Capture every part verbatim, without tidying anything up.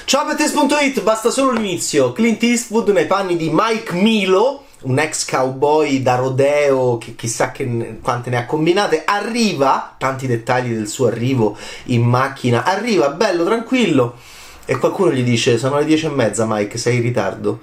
Ciao Bettes punto it, basta solo l'inizio. Clint Eastwood nei panni di Mike Milo, un ex cowboy da rodeo che chissà che quante ne ha combinate, arriva, tanti dettagli del suo arrivo in macchina, arriva bello tranquillo e qualcuno gli dice: sono le dieci e mezza Mike, sei in ritardo.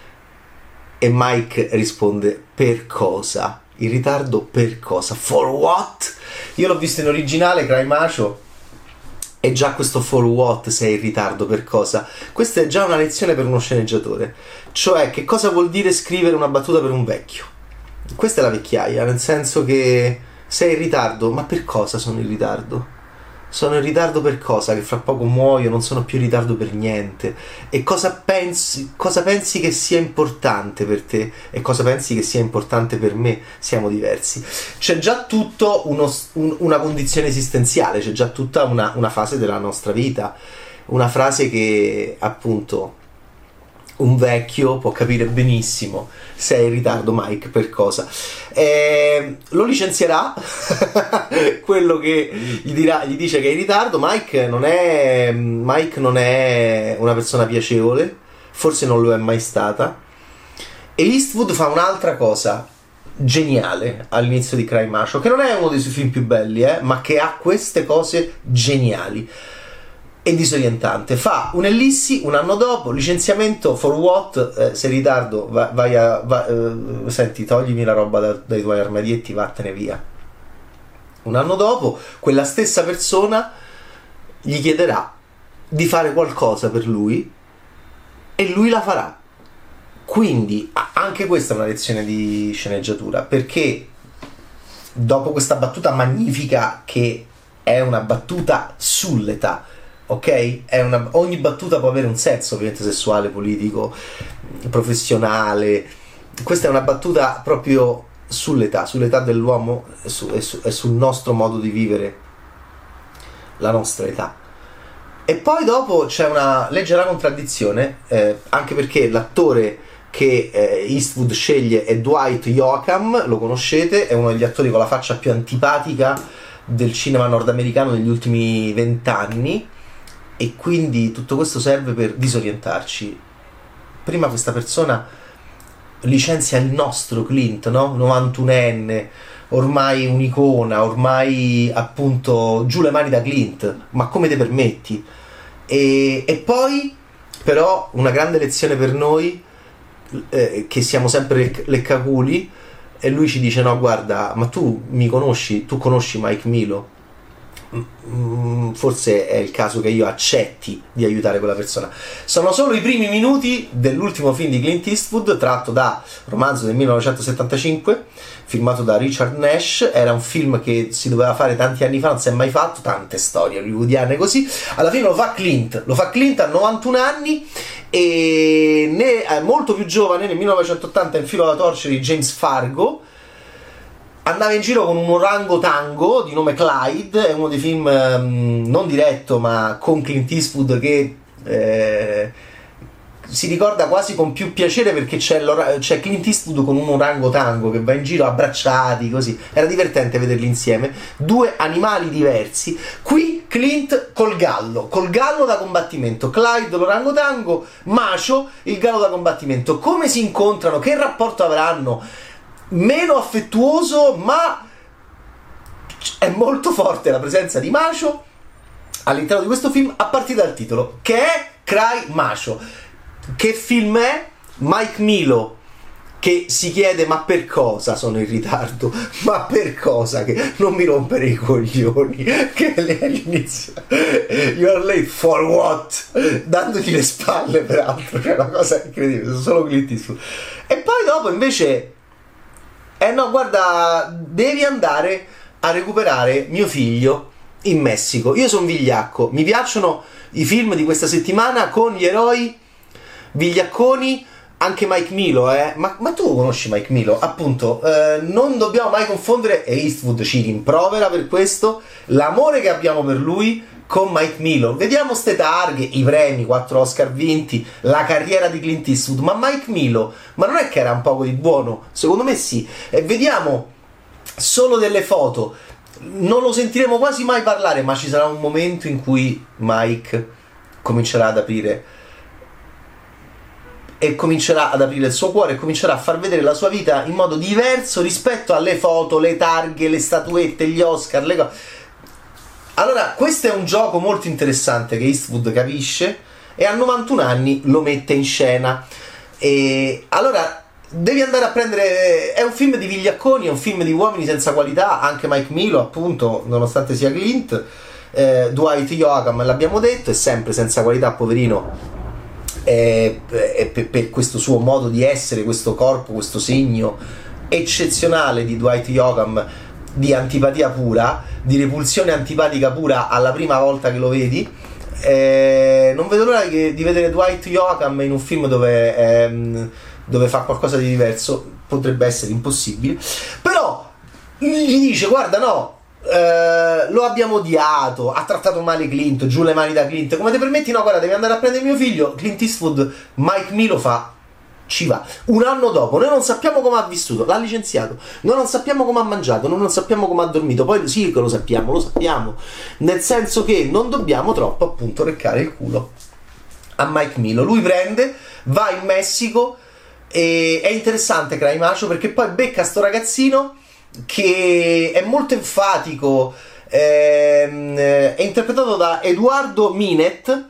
E Mike risponde: per cosa? In ritardo per cosa? For what? Io l'ho visto in originale, Cry Macho, e già questo for what, sei in ritardo per cosa? Questa è già una lezione per uno sceneggiatore. Cioè, che cosa vuol dire scrivere una battuta per un vecchio? Questa è la vecchiaia, nel senso che sei in ritardo, ma per cosa sono in ritardo? Sono in ritardo per cosa? Che fra poco muoio, non sono più in ritardo per niente. E cosa pensi, cosa pensi che sia importante per te? E cosa pensi che sia importante per me? Siamo diversi. C'è già tutto uno, un, una condizione esistenziale, c'è già tutta una, una fase della nostra vita. Una frase che, appunto, un vecchio può capire benissimo. Sei in ritardo Mike, per cosa? Eh, lo licenzierà quello che gli, dirà, gli dice che è in ritardo. Mike non è Mike non è una persona piacevole, forse non lo è mai stata. E Eastwood fa un'altra cosa geniale all'inizio di Cry Macho, che non è uno dei suoi film più belli, eh, ma che ha queste cose geniali e disorientante. Fa un'ellissi un anno dopo, licenziamento for what, eh, sei in ritardo, va, vai a va, eh, senti, toglimi la roba da, dai tuoi armadietti, vattene via. Un anno dopo quella stessa persona gli chiederà di fare qualcosa per lui e lui la farà. Quindi anche questa è una lezione di sceneggiatura, perché dopo questa battuta magnifica, che è una battuta sull'età, ok? È una, ogni battuta può avere un senso, ovviamente sessuale, politico, professionale. Questa è una battuta proprio sull'età, sull'età dell'uomo e, su, e, su, e sul nostro modo di vivere la nostra età. E poi dopo c'è una leggera contraddizione, eh, anche perché l'attore che eh, Eastwood sceglie è Dwight Yoakam, lo conoscete, è uno degli attori con la faccia più antipatica del cinema nordamericano negli ultimi vent'anni. E quindi tutto questo serve per disorientarci. Prima questa persona licenzia il nostro Clint, no? novantunenne, ormai un'icona, ormai appunto giù le mani da Clint, ma come te permetti? E, e poi però una grande lezione per noi, eh, che siamo sempre leccaculi, e lui ci dice: no, guarda, ma tu mi conosci, tu conosci Mike Milo? Forse è il caso che io accetti di aiutare quella persona. Sono solo i primi minuti dell'ultimo film di Clint Eastwood, tratto da romanzo del millenovecentosettantacinque, firmato da Richard Nash. Era un film che si doveva fare tanti anni fa, non si è mai fatto, tante storie hollywoodiane così. Alla fine lo fa Clint, lo fa Clint a novantuno anni, e ne è molto più giovane, nel millenovecentottanta, in Filo alla torcia di James Fargo. Andava in giro con un orangotango di nome Clyde, è uno dei film um, non diretto ma con Clint Eastwood che eh, si ricorda quasi con più piacere, perché c'è, c'è Clint Eastwood con un orangotango che va in giro abbracciati così, era divertente vederli insieme, due animali diversi. Qui Clint col gallo, col gallo da combattimento, Clyde l'orangotango, Macho il gallo da combattimento. Come si incontrano, che rapporto avranno? Meno affettuoso, ma è molto forte la presenza di Macho all'interno di questo film, a partire dal titolo, che è Cry Macho. Che film è? Mike Milo che si chiede: ma per cosa sono in ritardo? Ma per cosa? Che non mi rompere i coglioni, che all'inizio you are late for what? Dandogli le spalle, peraltro, che è una cosa incredibile, sono solo Clint Eastwood. E poi dopo invece: eh no, guarda, devi andare a recuperare mio figlio in Messico. Io sono vigliacco, mi piacciono i film di questa settimana con gli eroi vigliacconi, anche Mike Milo, eh. Ma, ma tu conosci Mike Milo? Appunto, eh, non dobbiamo mai confondere, e Eastwood ci rimprovera per questo, l'amore che abbiamo per lui con Mike Milo. Vediamo ste targhe, i premi, quattro Oscar vinti, la carriera di Clint Eastwood, ma Mike Milo, ma non è che era un poco di buono? Secondo me sì. E vediamo solo delle foto, non lo sentiremo quasi mai parlare, ma ci sarà un momento in cui Mike comincerà ad aprire e comincerà ad aprire il suo cuore e comincerà a far vedere la sua vita in modo diverso rispetto alle foto, le targhe, le statuette, gli Oscar, le cose. Allora, questo è un gioco molto interessante che Eastwood capisce e a novantuno anni lo mette in scena. E allora devi andare a prendere, è un film di vigliacconi, è un film di uomini senza qualità, anche Mike Milo appunto, nonostante sia Clint, eh, Dwight Yoakam l'abbiamo detto, è sempre senza qualità, poverino. E per, per questo suo modo di essere, questo corpo, questo segno eccezionale di Dwight Yoakam, di antipatia pura, di repulsione antipatica pura alla prima volta che lo vedi. Eh, non vedo l'ora che, di vedere Dwight Yoakam in un film dove, ehm, dove fa qualcosa di diverso. Potrebbe essere impossibile, però gli dice: guarda, no, Uh, lo abbiamo odiato, ha trattato male Clint, giù le mani da Clint, come ti permetti? No, guarda, devi andare a prendere mio figlio. Clint Eastwood, Mike Milo fa, ci va. Un anno dopo, noi non sappiamo come ha vissuto, l'ha licenziato, noi non sappiamo come ha mangiato, noi non sappiamo come ha dormito. Poi sì che lo sappiamo, lo sappiamo, nel senso che non dobbiamo troppo appunto reccare il culo a Mike Milo. Lui prende, va in Messico e è interessante Cry Macho perché poi becca sto ragazzino che è molto enfatico, ehm, è interpretato da Eduardo Minet,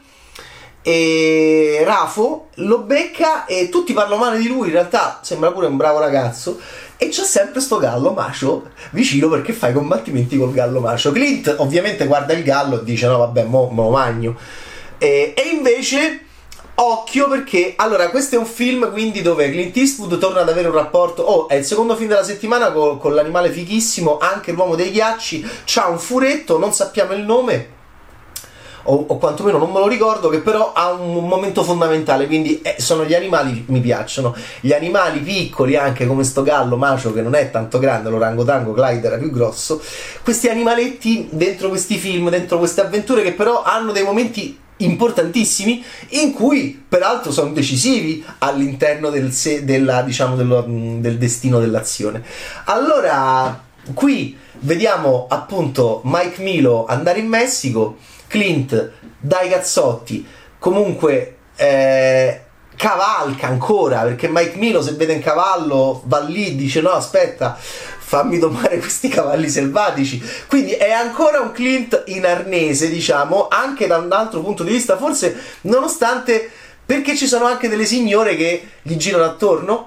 e Rafo lo becca e tutti parlano male di lui, in realtà sembra pure un bravo ragazzo, e c'è sempre sto gallo macio vicino perché fa i combattimenti col gallo macio. Clint ovviamente guarda il gallo e dice: no vabbè, mo, mo lo magno, e, e invece occhio, perché allora questo è un film quindi dove Clint Eastwood torna ad avere un rapporto, oh, è il secondo film della settimana con, con l'animale fighissimo, anche l'uomo dei ghiacci, c'ha un furetto, non sappiamo il nome o, o quantomeno non me lo ricordo, che però ha un momento fondamentale, quindi eh, sono gli animali, mi piacciono gli animali piccoli, anche come sto gallo macio che non è tanto grande, l'orangotango Clyde era più grosso, questi animaletti dentro questi film, dentro queste avventure che però hanno dei momenti importantissimi in cui peraltro sono decisivi all'interno del, se, della, diciamo, dello, del destino dell'azione. Allora qui vediamo appunto Mike Milo andare in Messico, Clint dai cazzotti, comunque eh, cavalca ancora, perché Mike Milo se vede un cavallo va lì, dice: no aspetta, fammi domare questi cavalli selvatici. Quindi è ancora un Clint in arnese, diciamo, anche da un altro punto di vista, forse, nonostante, perché ci sono anche delle signore che gli girano attorno,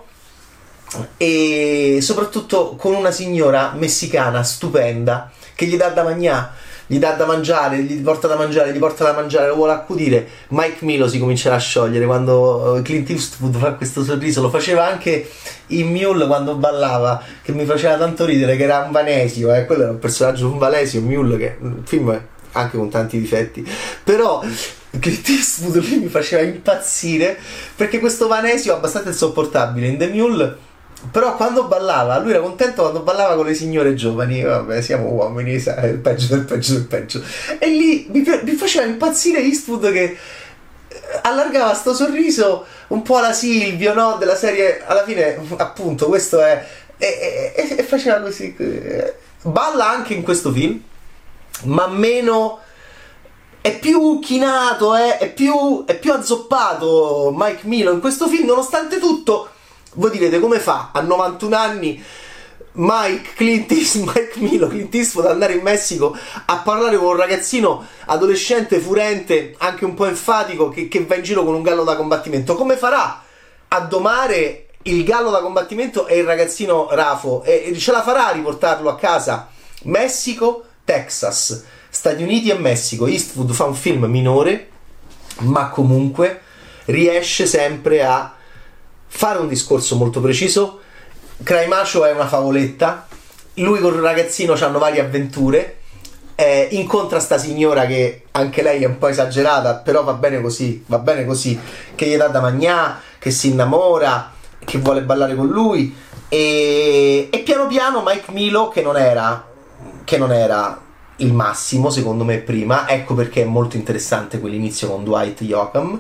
e soprattutto con una signora messicana stupenda che gli dà da mangiare, gli dà da mangiare, gli porta da mangiare, gli porta da mangiare, lo vuole accudire. Mike Milo si comincerà a sciogliere quando Clint Eastwood fa questo sorriso. Lo faceva anche in Mule quando ballava, che mi faceva tanto ridere, che era un vanesio, eh? Quello era un personaggio, un vanesio, Mule, che un film anche con tanti difetti, però Clint Eastwood lui mi faceva impazzire perché questo vanesio è abbastanza insopportabile in The Mule. Però quando ballava, lui era contento quando ballava con le signore giovani. Vabbè, siamo uomini, sai, il peggio del peggio del peggio. E lì mi, mi faceva impazzire Eastwood, che allargava sto sorriso un po' alla Silvio, no? Della serie, alla fine, appunto, questo è... E, e, e faceva così. Balla anche in questo film, ma meno... è più chinato, eh? è, più, è più azzoppato Mike Milo in questo film, nonostante tutto. Voi direte: come fa a novantuno anni Mike, Clint Eastwood, Mike Milo, Clint Eastwood ad andare in Messico a parlare con un ragazzino adolescente, furente, anche un po' enfatico, che, che va in giro con un gallo da combattimento? Come farà a domare il gallo da combattimento e il ragazzino Rafo? E, e ce la farà a riportarlo a casa? Messico, Texas, Stati Uniti e Messico. Eastwood fa un film minore, ma comunque riesce sempre a fare un discorso molto preciso. Cry Macho è una favoletta, lui con il ragazzino hanno varie avventure, eh, incontra sta signora che anche lei è un po' esagerata, però va bene così, va bene così, che gli dà da mangiare, che si innamora, che vuole ballare con lui, e, e piano piano Mike Milo, che non era che non era il massimo secondo me prima, ecco perché è molto interessante quell'inizio con Dwight Yoakam,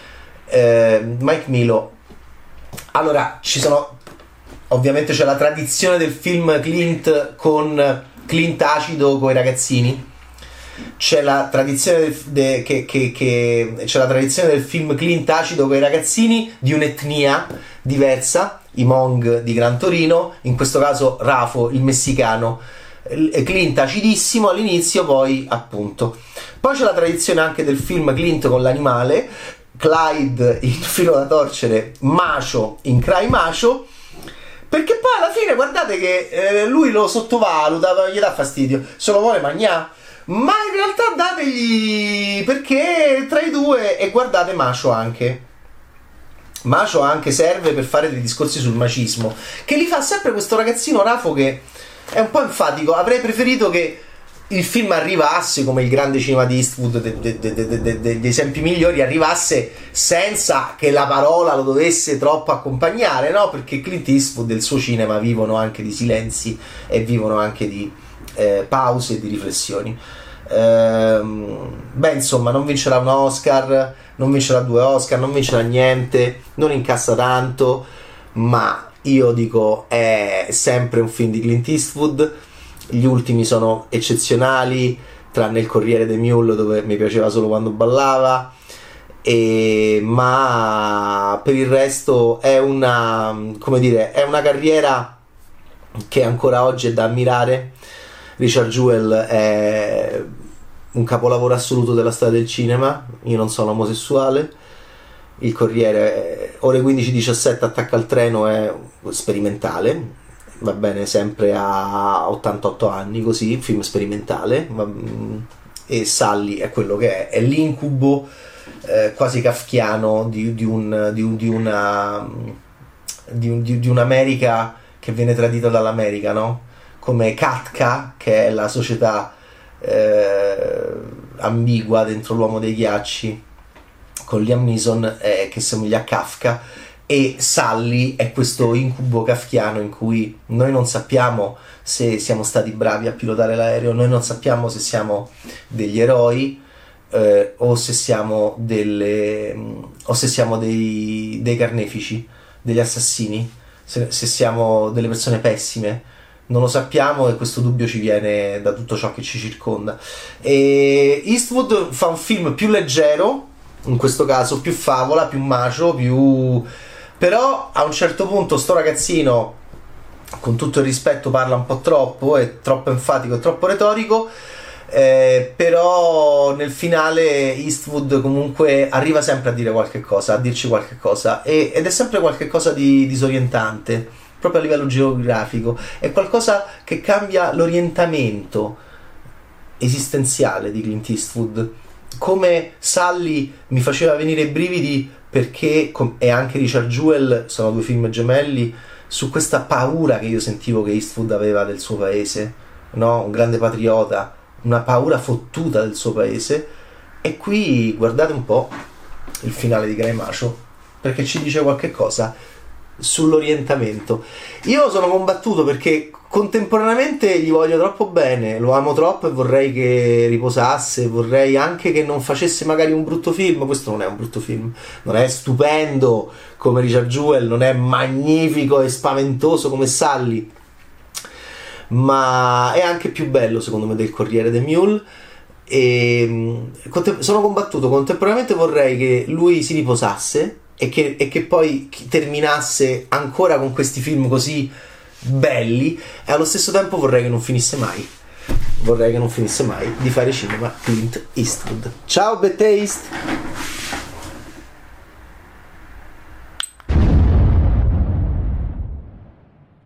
eh, Mike Milo. Allora, ci sono, ovviamente c'è la tradizione del film Clint con Clint acido con i ragazzini, c'è la tradizione del, de, che, che, che, c'è la tradizione del film Clint acido con i ragazzini di un'etnia diversa, i Hmong di Gran Torino, in questo caso Rafo il messicano, Clint acidissimo all'inizio, poi appunto. Poi c'è la tradizione anche del film Clint con l'animale, Clyde in Filo da torcere, Macho in Cry Macho, perché poi alla fine guardate che eh, lui lo sottovaluta, gli dà fastidio, se lo vuole mangiare, ma in realtà dategli, perché tra i due, e guardate Macho anche Macho anche serve per fare dei discorsi sul macismo, che li fa sempre questo ragazzino Rafo che è un po' enfatico. Avrei preferito che il film arrivasse, come il grande cinema di Eastwood degli de, de, de, de, de esempi migliori, arrivasse senza che la parola lo dovesse troppo accompagnare, no? Perché Clint Eastwood e il suo cinema vivono anche di silenzi e vivono anche di eh, pause e di riflessioni. Ehm, beh, insomma, non vincerà un Oscar, non vincerà due Oscar, non vincerà niente, non incassa tanto, ma io dico è sempre un film di Clint Eastwood. Gli ultimi sono eccezionali, tranne il Corriere dei Mule, dove mi piaceva solo quando ballava, e, ma per il resto è una, come dire, è una carriera che ancora oggi è da ammirare. Richard Jewell è un capolavoro assoluto della storia del cinema. Io non sono omosessuale. Il Corriere, ore quindici diciassette, attacca al treno, è sperimentale, va bene, sempre a ottantotto anni, così, film sperimentale, e Sully è quello che è, è l'incubo eh, quasi kafkiano di, di, un, di, un, di una di, un, di, di un'America che viene tradita dall'America, no? Come Katka, che è la società eh, ambigua dentro l'uomo dei ghiacci, con Liam Neeson, eh, che somiglia a Kafka, e Sully è questo incubo kafkiano in cui noi non sappiamo se siamo stati bravi a pilotare l'aereo, noi non sappiamo se siamo degli eroi eh, o se siamo delle o se siamo dei, dei carnefici, degli assassini, se, se siamo delle persone pessime. Non lo sappiamo, e questo dubbio ci viene da tutto ciò che ci circonda. E Eastwood fa un film più leggero, in questo caso più favola, più macio, più... però a un certo punto sto ragazzino, con tutto il rispetto, parla un po' troppo, è troppo enfatico, è troppo retorico, eh, però nel finale Eastwood comunque arriva sempre a dire qualche cosa, a dirci qualche cosa, e, ed è sempre qualche cosa di disorientante, proprio a livello geografico, è qualcosa che cambia l'orientamento esistenziale di Clint Eastwood. Come Sully mi faceva venire i brividi, perché, e anche Richard Jewell, sono due film gemelli, su questa paura che io sentivo che Eastwood aveva del suo paese, no? Un grande patriota, una paura fottuta del suo paese. E qui guardate un po' il finale di Cry Macho, perché ci dice qualche cosa sull'orientamento. Io sono combattuto perché contemporaneamente gli voglio troppo bene, lo amo troppo e vorrei che riposasse, vorrei anche che non facesse magari un brutto film. Questo non è un brutto film, non è stupendo come Richard Jewell, non è magnifico e spaventoso come Sully, ma è anche più bello secondo me del Corriere dei Mule. E sono combattuto, contemporaneamente vorrei che lui si riposasse e che, e che poi terminasse ancora con questi film così belli, e allo stesso tempo vorrei che non finisse mai vorrei che non finisse mai di fare cinema Clint Eastwood. Ciao Bad Taste!